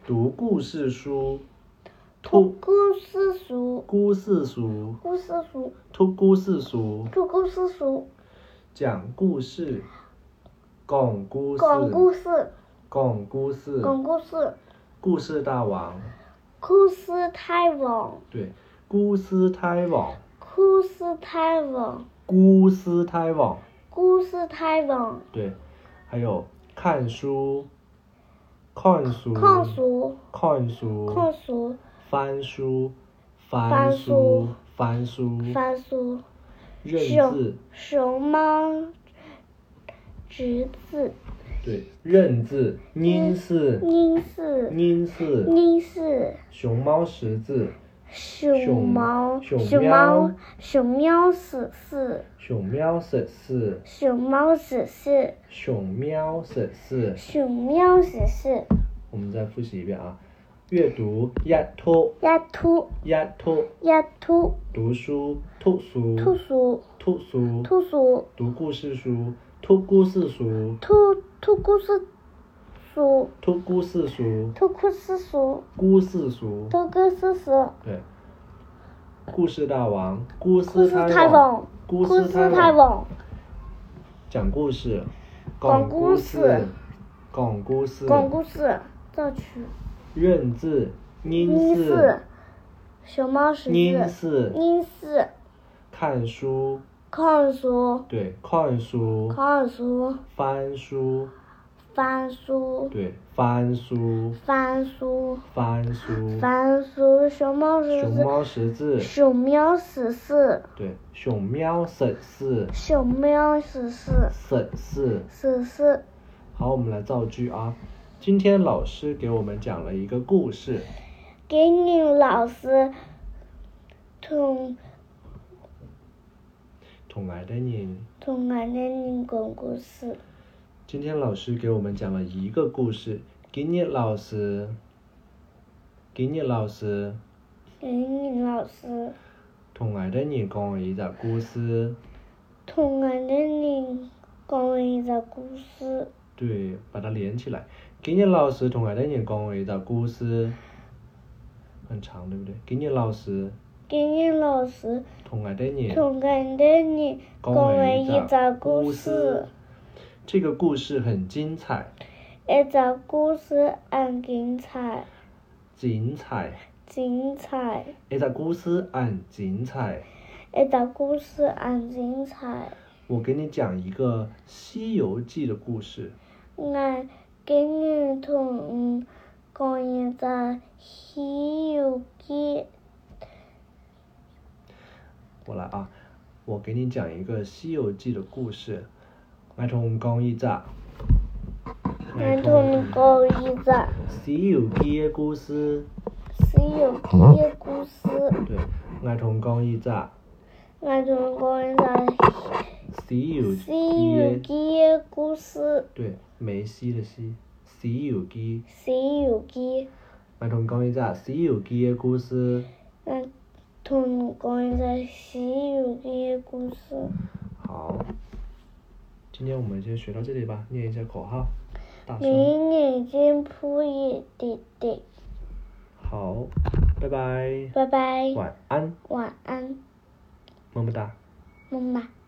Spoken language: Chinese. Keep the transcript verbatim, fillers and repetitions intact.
读故事书， 读故事书， 故事书， 故事书， 读故事书， 读故事书， 讲故事，讲故事， 讲故事， 讲故事， 讲故事， 故事大王， 故事大王， 对，故事大王， 故事大王， 故事大王， 故事大王， 对，还有看书，看书， 看书， 看书， 看书， 翻书，翻翻书书， 翻书， 翻书， 认字， 熊猫识字， 对，认字，认字， 认字， 认字， 认字， 熊猫识字， 熊猫， 熊熊猫，熊猫识字， 熊猫识字， 熊猫识字， 熊猫识字。 熊猫识字， 我们再复习一遍啊，阅读一兔， 一兔， 一兔， 一兔， 读书兔书， 兔书， 兔书， 兔书， 读故事书，兔故事书， 兔兔故事书， 兔故事书， 兔故事书， 故事书， 兔故事书， 对，故事大王，故故事事大王， 故故事大王， 王， 讲故事， 讲故事， 讲故事， 讲故事，造句， 认字，认认字字，，熊猫识认字， 字， 认字， 看书， 看书， 对，看书， 看书， 翻书， 翻书， 对，翻书， 翻书， 翻书， 翻书，熊猫识字， 熊猫识字， 熊喵识字， 对，熊喵识字， 熊喵识字， 识字。 识字， 好，我们来造句啊。今天老师给我们讲了一个故事， 给你老师同同爱的人。 同爱的人讲故事。 今天老师给我们讲了一个故事。今日老师，今日老师给你老师同爱的人講了一個故事。 同爱的人讲一个故事。 对，把它连起来。今日老师同愛的人講了一個故事，很長，對不對？今日老師给你老师同愛的人同爱的人讲一个故事。 这个故事很精彩。 一个故事很精彩。 精彩。 精彩。 一个故事很精彩。 一个故事很精彩。 我给你讲一个《西游记》的故事。 我给你同讲一个《西游记》。 我来啊，我给你讲一个《西游记》的故事。我同講一個。 我同講一個。 西遊記的故事。 西遊記的故事。 對，我同講一個。 我同講一個。 西遊西遊記的故事。 對，梅西的西，西遊記。 西遊記。 我同講一個《西遊記》的故事。 我同講一個《西遊記》的故事。 好，今天我們就學到這裡吧，念一下口號，大聲。 明眼睛撲一滴滴。 好，拜拜。 拜拜。 晚安。 晚安。 麼麼噠。 麼麼噠。